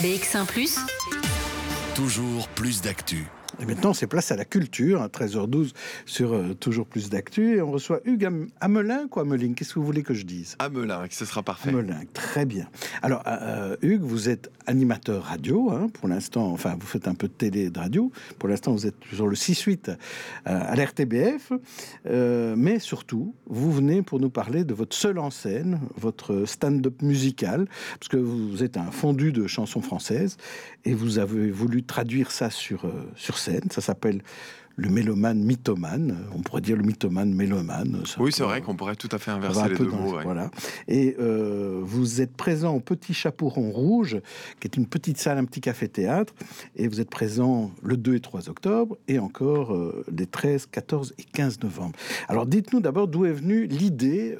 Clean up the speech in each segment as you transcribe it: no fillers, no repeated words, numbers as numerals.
BX1 +, toujours plus d'actu. Et maintenant, c'est place à la culture, à 13h12 sur Toujours plus d'actu. Et on reçoit Hugues Hamelin, quoi, Hamelin. Qu'est-ce que vous voulez que je dise ? Hamelin, ce sera parfait. Hamelin, très bien. Alors, Hugues, vous êtes animateur radio, pour l'instant. Enfin, vous faites un peu de télé et de radio. Pour l'instant, vous êtes sur le 6-8 à l'RTBF. Mais surtout, vous venez pour nous parler de votre seul en scène, votre stand-up musical, parce que vous êtes un fondu de chansons françaises et vous avez voulu traduire ça sur scène. Ça s'appelle le mélomane mythomane. On pourrait dire le mythomane mélomane. Oui, c'est vrai qu'on pourrait tout à fait inverser les deux mots. Ouais. Voilà. Et vous êtes présent au Petit Chaperon Rouge, qui est une petite salle, un petit café-théâtre. Et vous êtes présent le 2 et 3 octobre et encore les 13, 14 et 15 novembre. Alors, dites-nous d'abord d'où est venue l'idée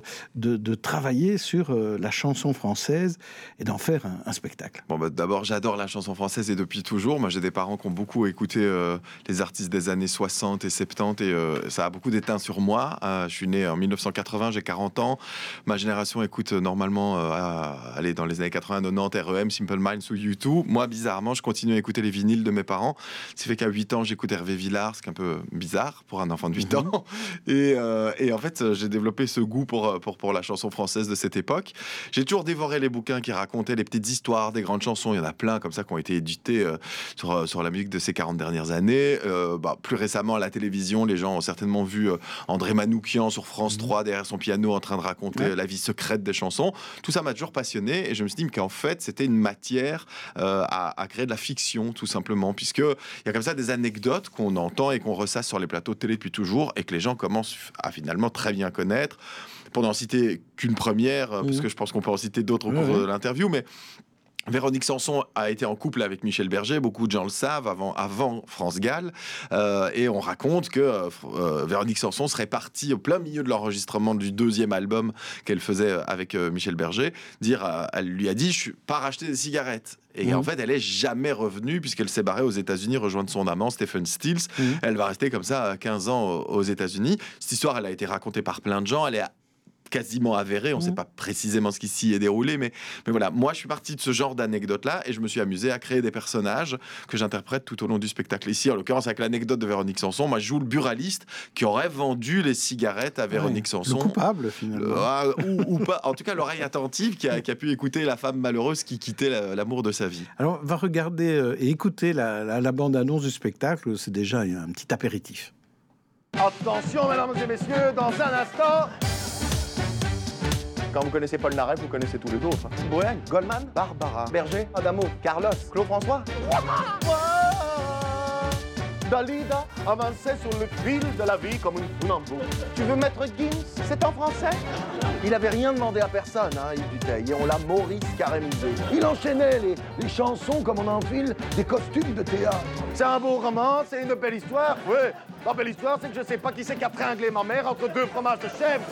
de travailler sur la chanson française et d'en faire un spectacle. Bon, d'abord, j'adore la chanson française et depuis toujours. Moi, j'ai des parents qui ont beaucoup écouté les artistes des années 60 et 70 et ça a beaucoup d'éteint sur moi. Je suis né en 1980, j'ai 40 ans. Ma génération écoute normalement dans les années 80-90 REM, Simple Minds ou U2. Moi, bizarrement, je continue à écouter les vinyles de mes parents. Ce qui fait qu'à 8 ans, j'écoute Hervé Villard, ce qui est un peu bizarre pour un enfant de 8 ans. Et en fait, j'ai développé ce goût pour la chanson française de cette époque. J'ai toujours dévoré les bouquins qui racontaient les petites histoires des grandes chansons. Il y en a plein comme ça qui ont été édités sur la musique de ces 40 dernières années. Plus récemment à la télévision, les gens ont certainement vu André Manoukian sur France 3 derrière son piano en train de raconter la vie secrète des chansons. Tout ça m'a toujours passionné et je me suis dit qu'en fait c'était une matière à créer de la fiction tout simplement, puisque il y a comme ça des anecdotes qu'on entend et qu'on ressasse sur les plateaux de télé depuis toujours et que les gens commencent à finalement très bien connaître. Pour n'en citer qu'une première, parce que je pense qu'on peut en citer d'autres au cours de l'interview, mais Véronique Sanson a été en couple avec Michel Berger, beaucoup de gens le savent, avant France Gall, et on raconte que Véronique Sanson serait partie au plein milieu de l'enregistrement du 2e album qu'elle faisait avec Michel Berger, elle lui a dit « je pars acheter des cigarettes ». Et en fait, elle est jamais revenue puisqu'elle s'est barrée aux États-Unis rejoindre son amant Stephen Stills. Elle va rester comme ça 15 ans aux États-Unis. Cette histoire, elle a été racontée par plein de gens, elle est quasiment avéré, on ne sait pas précisément ce qui s'y est déroulé, mais voilà, moi je suis parti de ce genre d'anecdote-là et je me suis amusé à créer des personnages que j'interprète tout au long du spectacle. Ici, en l'occurrence, avec l'anecdote de Véronique Sanson, moi je joue le buraliste qui aurait vendu les cigarettes à Véronique Sanson. Le coupable, finalement. Ou pas, en tout cas l'oreille attentive qui a pu écouter la femme malheureuse qui quittait l'amour de sa vie. Alors, on va regarder et écouter la bande-annonce du spectacle, c'est déjà un petit apéritif. Attention, mesdames et messieurs, dans un instant... Quand vous connaissez Paul Naref, vous connaissez tous les autres. Ciboën, Goldman, Barbara, Berger, Adamo, Carlos, Claude François. Dalida avançait sur le fil de la vie comme une funambule. Tu veux mettre Gims? C'est en français? Il avait rien demandé à personne, Yves Duteil, et on l'a Maurice caramélisé. Il enchaînait les chansons comme on enfile des costumes de théâtre. C'est un beau roman, c'est une belle histoire. Oui, la belle histoire, c'est que je sais pas qui c'est qui a tringlé ma mère entre 2 fromages de chèvre.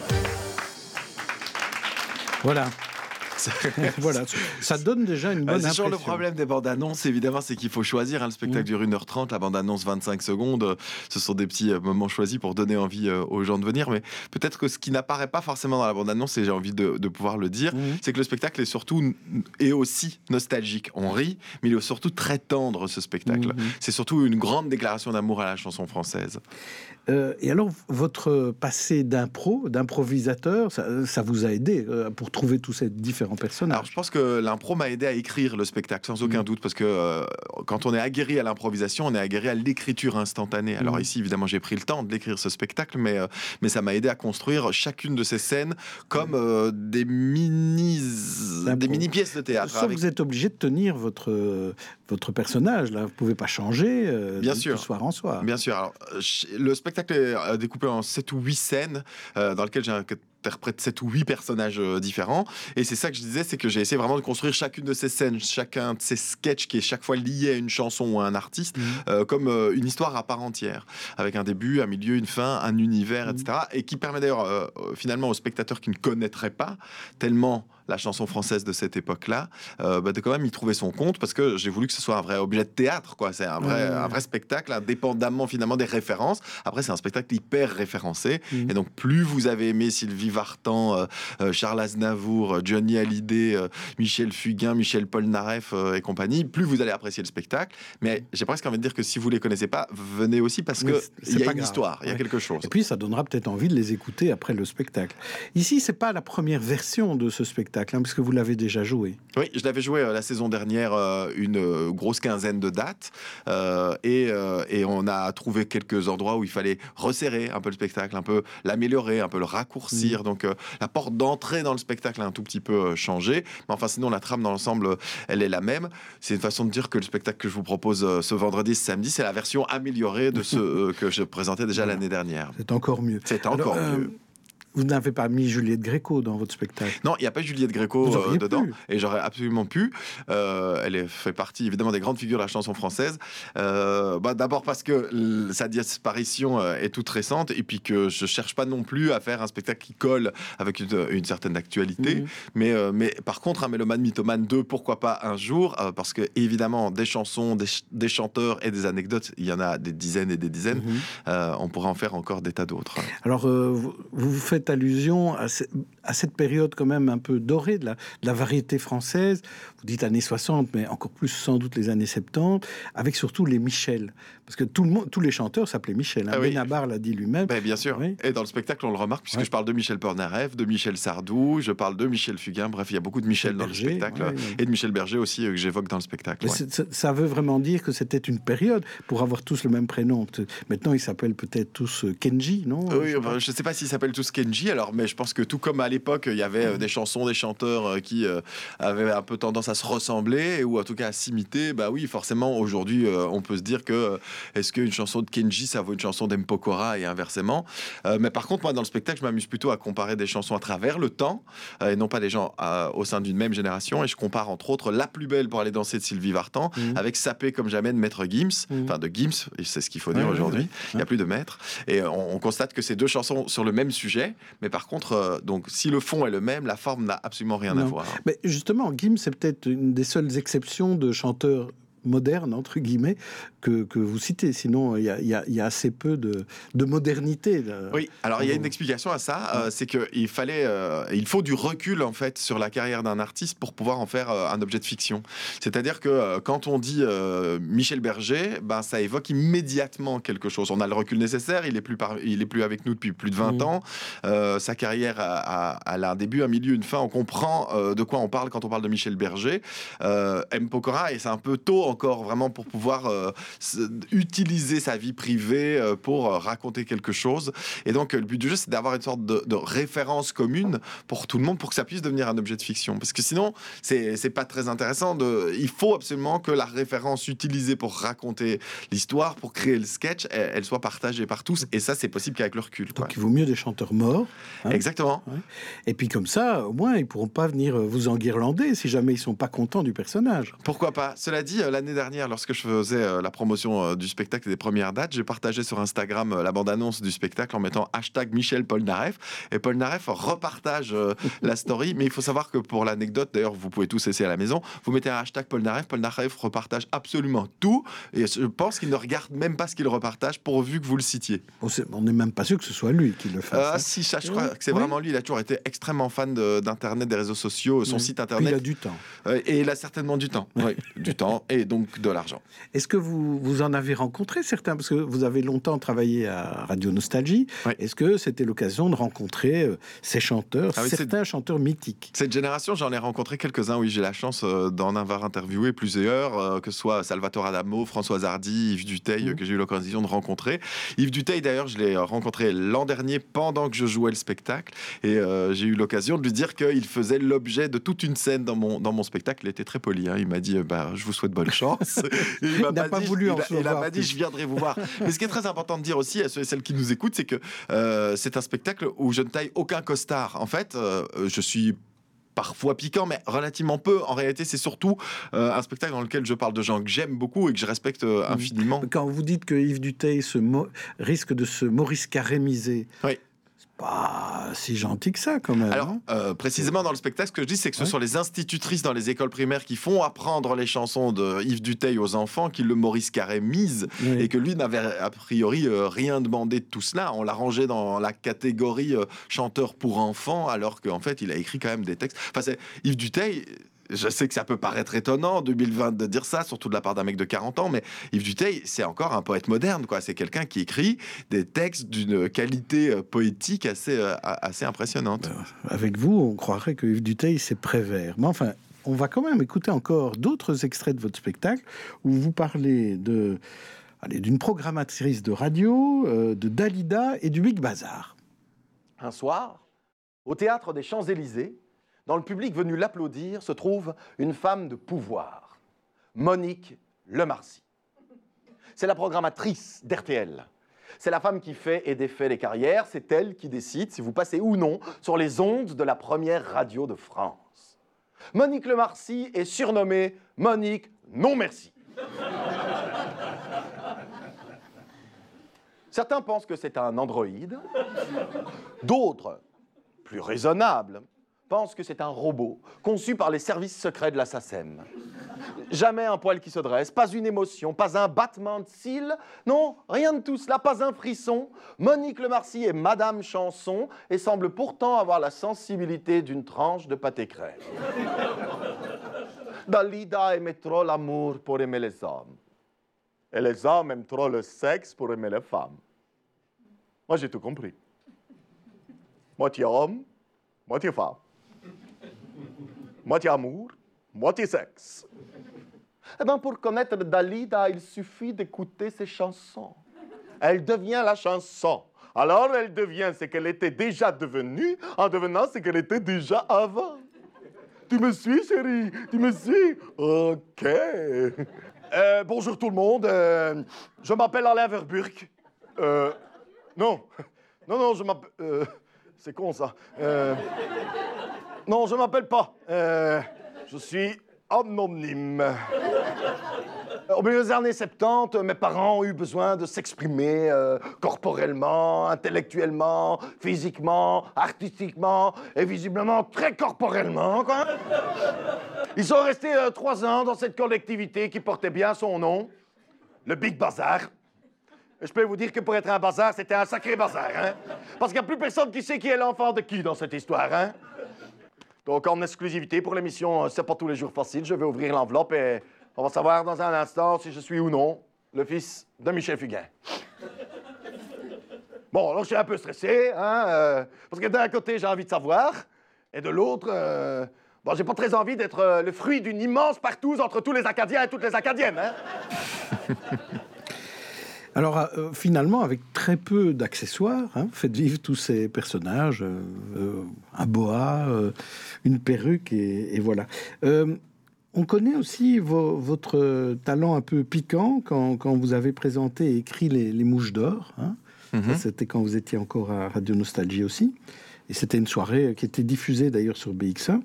Voilà. Voilà, ça donne déjà une bonne impression. C'est toujours le problème des bandes annonces, évidemment, c'est qu'il faut choisir. Le spectacle dure 1h30, la bande annonce 25 secondes. Ce sont des petits moments choisis pour donner envie aux gens de venir. Mais peut-être que ce qui n'apparaît pas forcément dans la bande annonce, et j'ai envie de pouvoir le dire, c'est que le spectacle est aussi nostalgique. On rit, mais il est surtout très tendre, ce spectacle. C'est surtout une grande déclaration d'amour à la chanson française. Et alors, votre passé d'improvisateur, ça vous a aidé pour trouver tous ces différents personnages? Alors, je pense que l'impro m'a aidé à écrire le spectacle, sans aucun doute, parce que quand on est aguerri à l'improvisation, on est aguerri à l'écriture instantanée. Alors ici, évidemment, j'ai pris le temps d'écrire ce spectacle, mais ça m'a aidé à construire chacune de ces scènes comme des mini-pièces de théâtre. Ça, vous êtes obligé de tenir votre personnage, là. Vous ne pouvez pas changer de soir en soir. Bien sûr. Alors, le spectacle est découpé en 7 ou 8 scènes dans lesquelles j'interprète 7 ou 8 personnages différents. Et c'est ça que je disais, c'est que j'ai essayé vraiment de construire chacune de ces scènes, chacun de ces sketchs qui est chaque fois lié à une chanson ou à un artiste, comme une histoire à part entière, avec un début, un milieu, une fin, un univers, etc. Et qui permet d'ailleurs finalement aux spectateurs qui ne connaîtraient pas tellement la chanson française de cette époque-là, de quand même y trouver son compte, parce que j'ai voulu que ce soit un vrai objet de théâtre, quoi. C'est un vrai spectacle, indépendamment finalement des références. Après, c'est un spectacle hyper référencé, et donc plus vous avez aimé Sylvie Vartan, Charles Aznavour, Johnny Hallyday, Michel Fugain, Michel Polnareff et compagnie, plus vous allez apprécier le spectacle. Mais j'ai presque envie de dire que si vous les connaissez pas, venez aussi parce que il y a une histoire, il y a quelque chose. Et puis ça donnera peut-être envie de les écouter après le spectacle. Ici, c'est pas la première version de ce spectacle, hein, parce que vous l'avez déjà joué. Oui, je l'avais joué la saison dernière, une grosse quinzaine de dates, et on a trouvé quelques endroits où il fallait resserrer un peu le spectacle, un peu l'améliorer, un peu le raccourcir. Donc la porte d'entrée dans le spectacle a un tout petit peu changé, mais enfin sinon la trame dans l'ensemble, elle est la même. C'est une façon de dire que le spectacle que je vous propose ce vendredi, ce samedi, c'est la version améliorée de ce que je présentais déjà l'année dernière. C'est encore mieux. C'est encore mieux. Vous n'avez pas mis Juliette Gréco dans votre spectacle? Non, il n'y a pas Juliette Gréco dedans, et j'aurais absolument pu. Elle fait partie évidemment des grandes figures de la chanson française. D'abord parce que sa disparition est toute récente, et puis que je cherche pas non plus à faire un spectacle qui colle avec une certaine actualité. Mais par contre, un Mélomane Mythomane 2, pourquoi pas un jour, parce que évidemment des chansons, des chanteurs et des anecdotes, il y en a des dizaines et des dizaines. On pourrait en faire encore des tas d'autres. Alors vous faites allusion à cette période quand même un peu dorée de la variété française. Vous dites années 60, mais encore plus sans doute les années 70, avec surtout les Michel. Parce que tous les chanteurs s'appelaient Michel. Hein. Benabar l'a dit lui-même. Bien sûr. Oui. Et dans le spectacle, on le remarque, puisque je parle de Michel Polnareff, de Michel Sardou, je parle de Michel Fugain. Bref, il y a beaucoup de Michel dans le spectacle. Et de Michel Berger aussi, que j'évoque dans le spectacle. Ça veut vraiment dire que c'était une période pour avoir tous le même prénom. Maintenant, ils s'appellent peut-être tous Kenji, non? Oui, je ne sais pas s'ils s'appellent tous Kenji, alors, mais je pense que tout comme à l'époque, il y avait des chansons, des chanteurs qui avaient un peu tendance à se ressembler, ou en tout cas à s'imiter. Oui, forcément, aujourd'hui, on peut se dire que est-ce qu'une chanson de Kenji, ça vaut une chanson d'Mpokora, et inversement. Mais par contre, moi, dans le spectacle, je m'amuse plutôt à comparer des chansons à travers le temps, et non pas des gens au sein d'une même génération. Et je compare, entre autres, La plus belle pour aller danser de Sylvie Vartan, avec Sapé comme jamais de Maître Gims, enfin de Gims, c'est ce qu'il faut dire aujourd'hui. Il n'y a plus de maître. Et on constate que c'est deux chansons sur le même sujet, mais par contre, donc, si le fond est le même, la forme n'a absolument rien à voir. Mais justement, Gims, c'est peut-être une des seules exceptions de chanteurs moderne, entre guillemets, que vous citez. Sinon, il y a assez peu de modernité. Oui, alors il y a une explication à ça, c'est qu'il faut du recul, en fait, sur la carrière d'un artiste pour pouvoir en faire un objet de fiction. C'est-à-dire que quand on dit Michel Berger, ça évoque immédiatement quelque chose. On a le recul nécessaire, il est plus avec nous depuis plus de 20 ans. Sa carrière a un début, un milieu, une fin. On comprend de quoi on parle quand on parle de Michel Berger. Mpokora, et c'est un peu tôt encore vraiment pour pouvoir utiliser sa vie privée pour raconter quelque chose. Et donc le but du jeu, c'est d'avoir une sorte de référence commune pour tout le monde, pour que ça puisse devenir un objet de fiction. Parce que sinon, c'est pas très intéressant. Il faut absolument que la référence utilisée pour raconter l'histoire, pour créer le sketch, elle soit partagée par tous. Et ça, c'est possible qu'avec le recul. Donc il vaut mieux des chanteurs morts. Hein. Exactement. Ouais. Et puis comme ça, au moins, ils pourront pas venir vous enguirlander si jamais ils sont pas contents du personnage. Pourquoi pas? Cela dit, l'année dernière, lorsque je faisais la promotion du spectacle et des premières dates, j'ai partagé sur Instagram la bande-annonce du spectacle en mettant #Michel Polnareff, et Polnareff repartage la story. Mais il faut savoir que pour l'anecdote, d'ailleurs, vous pouvez tous essayer à la maison, vous mettez un #Polnareff, Polnareff repartage absolument tout, et je pense qu'il ne regarde même pas ce qu'il repartage pourvu que vous le citiez. On n'est même pas sûr que ce soit lui qui le fasse. Si, ça, je crois que c'est vraiment lui. Il a toujours été extrêmement fan d'internet, des réseaux sociaux, son site internet. Puis il a du temps. Et il a certainement du temps. Oui, du temps et donc de l'argent. Est-ce que vous en avez rencontré certains? Parce que vous avez longtemps travaillé à Radio Nostalgie. Oui. Est-ce que c'était l'occasion de rencontrer ces chanteurs, certains chanteurs mythiques? Cette génération, j'en ai rencontré quelques-uns. Oui, j'ai la chance d'en avoir interviewé plusieurs, que ce soit Salvatore Adamo, Françoise Hardy, Yves Duteil, que j'ai eu l'occasion de rencontrer. Yves Duteil, d'ailleurs, je l'ai rencontré l'an dernier pendant que je jouais le spectacle, et j'ai eu l'occasion de lui dire qu'il faisait l'objet de toute une scène dans mon spectacle. Il était très poli. Il m'a dit je vous souhaite bonne chance. Il n'a pas voulu en Il n'a pas dit je viendrai vous voir. Mais ce qui est très important de dire aussi à ceux et celles qui nous écoutent, c'est que c'est un spectacle où je ne taille aucun costard. En fait, je suis parfois piquant, mais relativement peu. En réalité, c'est surtout un spectacle dans lequel je parle de gens que j'aime beaucoup et que je respecte infiniment. Quand vous dites que Yves Duteil risque de se Maurice Carrémiser, oui. pas si gentil que ça, quand même. Alors, précisément dans le spectacle, ce que je dis, c'est que ce sont les institutrices dans les écoles primaires qui font apprendre les chansons de Yves Dutheil aux enfants, qui le Maurice Carré mise, et que lui n'avait a priori rien demandé de tout cela. On l'a rangé dans la catégorie chanteur pour enfants, alors qu'en fait, il a écrit quand même des textes. Enfin, c'est Yves Dutheil. Je sais que ça peut paraître étonnant en 2020 de dire ça, surtout de la part d'un mec de 40 ans, mais Yves Dutheil, c'est encore un poète moderne, quoi. C'est quelqu'un qui écrit des textes d'une qualité poétique assez impressionnante. Avec vous, on croirait que Yves Dutheil, c'est Prévert. Mais enfin, on va quand même écouter encore d'autres extraits de votre spectacle où vous parlez d'une programmatrice de radio, de Dalida et du Big Bazar. Un soir, au théâtre des Champs-Élysées, dans le public venu l'applaudir, se trouve une femme de pouvoir, Monique Lemarcy. C'est la programmatrice d'RTL. C'est la femme qui fait et défait les carrières. C'est elle qui décide si vous passez ou non sur les ondes de la première radio de France. Monique Lemarcy est surnommée Monique Non Merci. Certains pensent que c'est un androïde. D'autres, plus raisonnables, pensent que c'est un robot conçu par les services secrets de la SACEM. Jamais un poil qui se dresse, pas une émotion, pas un battement de cils, non, rien de tout cela, pas un frisson. Monique Lemarcy est Madame Chanson et semble pourtant avoir la sensibilité d'une tranche de pâté crème. Dalida aimait trop l'amour pour aimer les hommes. Et les hommes aiment trop le sexe pour aimer les femmes. Moi, j'ai tout compris. Moitié homme, moitié femme. Moitié amour, moitié sexe. Eh bien, pour connaître Dalida, il suffit d'écouter ses chansons. Elle devient la chanson. Alors, elle devient ce qu'elle était déjà devenue en devenant ce qu'elle était déjà avant. Tu me suis, chérie? Tu me suis? OK. Bonjour tout le monde. Je m'appelle Alain Verburg. Non, je m'appelle... c'est con, ça. Non, je m'appelle pas. Je suis anonyme. Au milieu des années 70, mes parents ont eu besoin de s'exprimer corporellement, intellectuellement, physiquement, artistiquement et visiblement très corporellement, quoi. Ils sont restés 3 ans dans cette collectivité qui portait bien son nom, le Big Bazar. Et je peux vous dire que pour être un bazar, c'était un sacré bazar, hein? Parce qu'il n'y a plus personne qui sait qui est l'enfant de qui dans cette histoire, hein? Donc, en exclusivité pour l'émission C'est pas tous les jours facile, je vais ouvrir l'enveloppe et on va savoir dans un instant si je suis ou non le fils de Michel Fugain. Bon, alors je suis un peu stressé, hein, parce que d'un côté, j'ai envie de savoir, et de l'autre, bon, j'ai pas très envie d'être le fruit d'une immense partouze entre tous les Acadiens et toutes les Acadiennes, hein? Alors, finalement, avec très peu d'accessoires, faites vivre tous ces personnages, un boa, une perruque, et voilà. On connaît aussi votre talent un peu piquant quand vous avez présenté et écrit les Mouches d'Or. Ça, c'était quand vous étiez encore à Radio Nostalgie aussi. Et c'était une soirée qui était diffusée d'ailleurs sur BX1.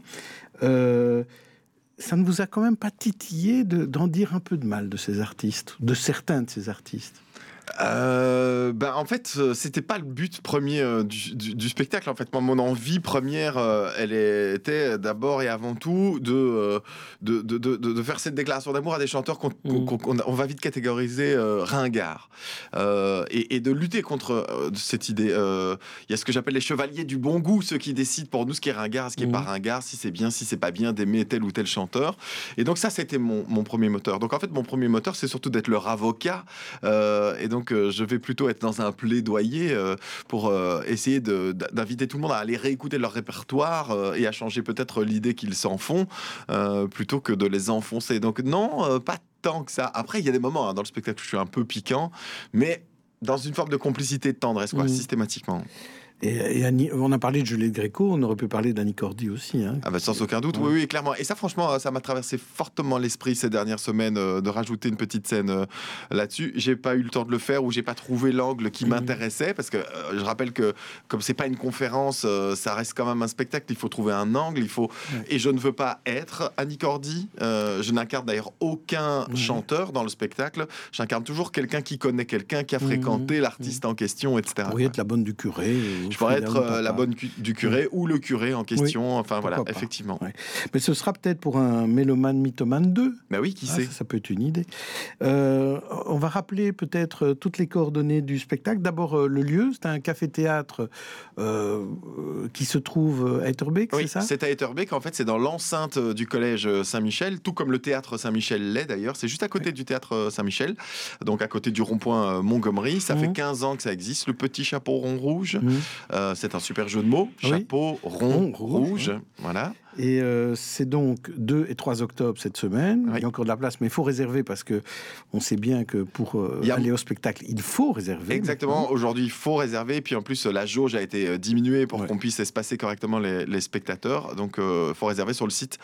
Ça ne vous a quand même pas titillé d'en dire un peu de mal de ces artistes, de certains de ces artistes? En fait, c'était pas le but premier du spectacle. En fait, moi, mon envie première, elle était d'abord et avant tout de faire cette déclaration d'amour à des chanteurs qu'on va vite catégoriser ringards, et de lutter contre cette idée. Il y a ce que j'appelle les chevaliers du bon goût, ceux qui décident pour nous ce qui est ringard, ce qui est pas ringard, si c'est bien, si c'est pas bien d'aimer tel ou tel chanteur. Et donc ça, c'était mon premier moteur. Donc en fait, mon premier moteur, c'est surtout d'être leur avocat. Et donc, je vais plutôt être dans un plaidoyer pour essayer d'inviter tout le monde à aller réécouter leur répertoire et à changer peut-être l'idée qu'ils s'en font, plutôt que de les enfoncer. Donc non, pas tant que ça. Après, il y a des moments dans le spectacle où je suis un peu piquant, mais dans une forme de complicité, de tendresse, quoi, systématiquement. Et Annie, on a parlé de Juliette Gréco, on aurait pu parler d'Annie Cordy aussi. Hein. Ah bah sans aucun doute, oui, clairement. Et ça, franchement, ça m'a traversé fortement l'esprit ces dernières semaines de rajouter une petite scène là-dessus. J'ai pas eu le temps de le faire ou j'ai pas trouvé l'angle qui m'intéressait parce que je rappelle que comme c'est pas une conférence, ça reste quand même un spectacle. Il faut trouver un angle, et je ne veux pas être Annie Cordy. Je n'incarne d'ailleurs aucun chanteur dans le spectacle. J'incarne toujours quelqu'un qui connaît quelqu'un qui a fréquenté l'artiste en question, etc. Pour y être la bonne du curé. Je pourrais être Frida ou la papa. bonne du curé ou le curé en question. Enfin voilà, pourquoi pas. effectivement. Ouais. Mais ce sera peut-être pour un Mélomane Mythomane 2. Bah oui, qui Ah, sait. ça peut être une idée. On va rappeler peut-être toutes les coordonnées du spectacle. D'abord, le lieu, c'est un café-théâtre qui se trouve à Etterbeek, Oui, c'est ça? c'est à Etterbeek. En fait, c'est dans l'enceinte du collège Saint-Michel, tout comme le théâtre Saint-Michel l'est d'ailleurs. C'est juste à côté du théâtre Saint-Michel, donc à côté du rond-point Montgomery. Ça fait 15 ans que ça existe. Le petit chapeau rond rouge, c'est un super jeu de mots. Oui. Chapeau rond rouge. Ouais. Voilà. Et c'est donc 2 et 3 octobre cette semaine. Oui. Il y a encore de la place, mais il faut réserver parce que on sait bien que pour aller au spectacle, il faut réserver. Exactement. maintenant. Aujourd'hui, il faut réserver. Puis en plus, la jauge a été diminuée pour qu'on puisse espacer correctement les spectateurs. Donc, il faut réserver sur le site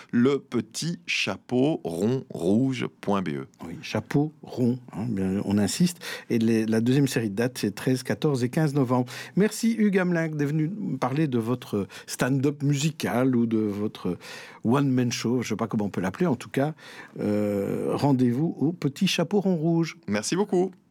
lepetitchapeauronrouge.be. Oui, chapeau rond, hein, bien, on insiste. Et la deuxième série de dates, c'est 13, 14 et 15 novembre. Merci Hugues Hamelin d'être venu me parler de votre stand-up musical ou de votre one-man show, je ne sais pas comment on peut l'appeler. En tout cas, rendez-vous au Petit Chapeau Rond Rouge. Merci beaucoup.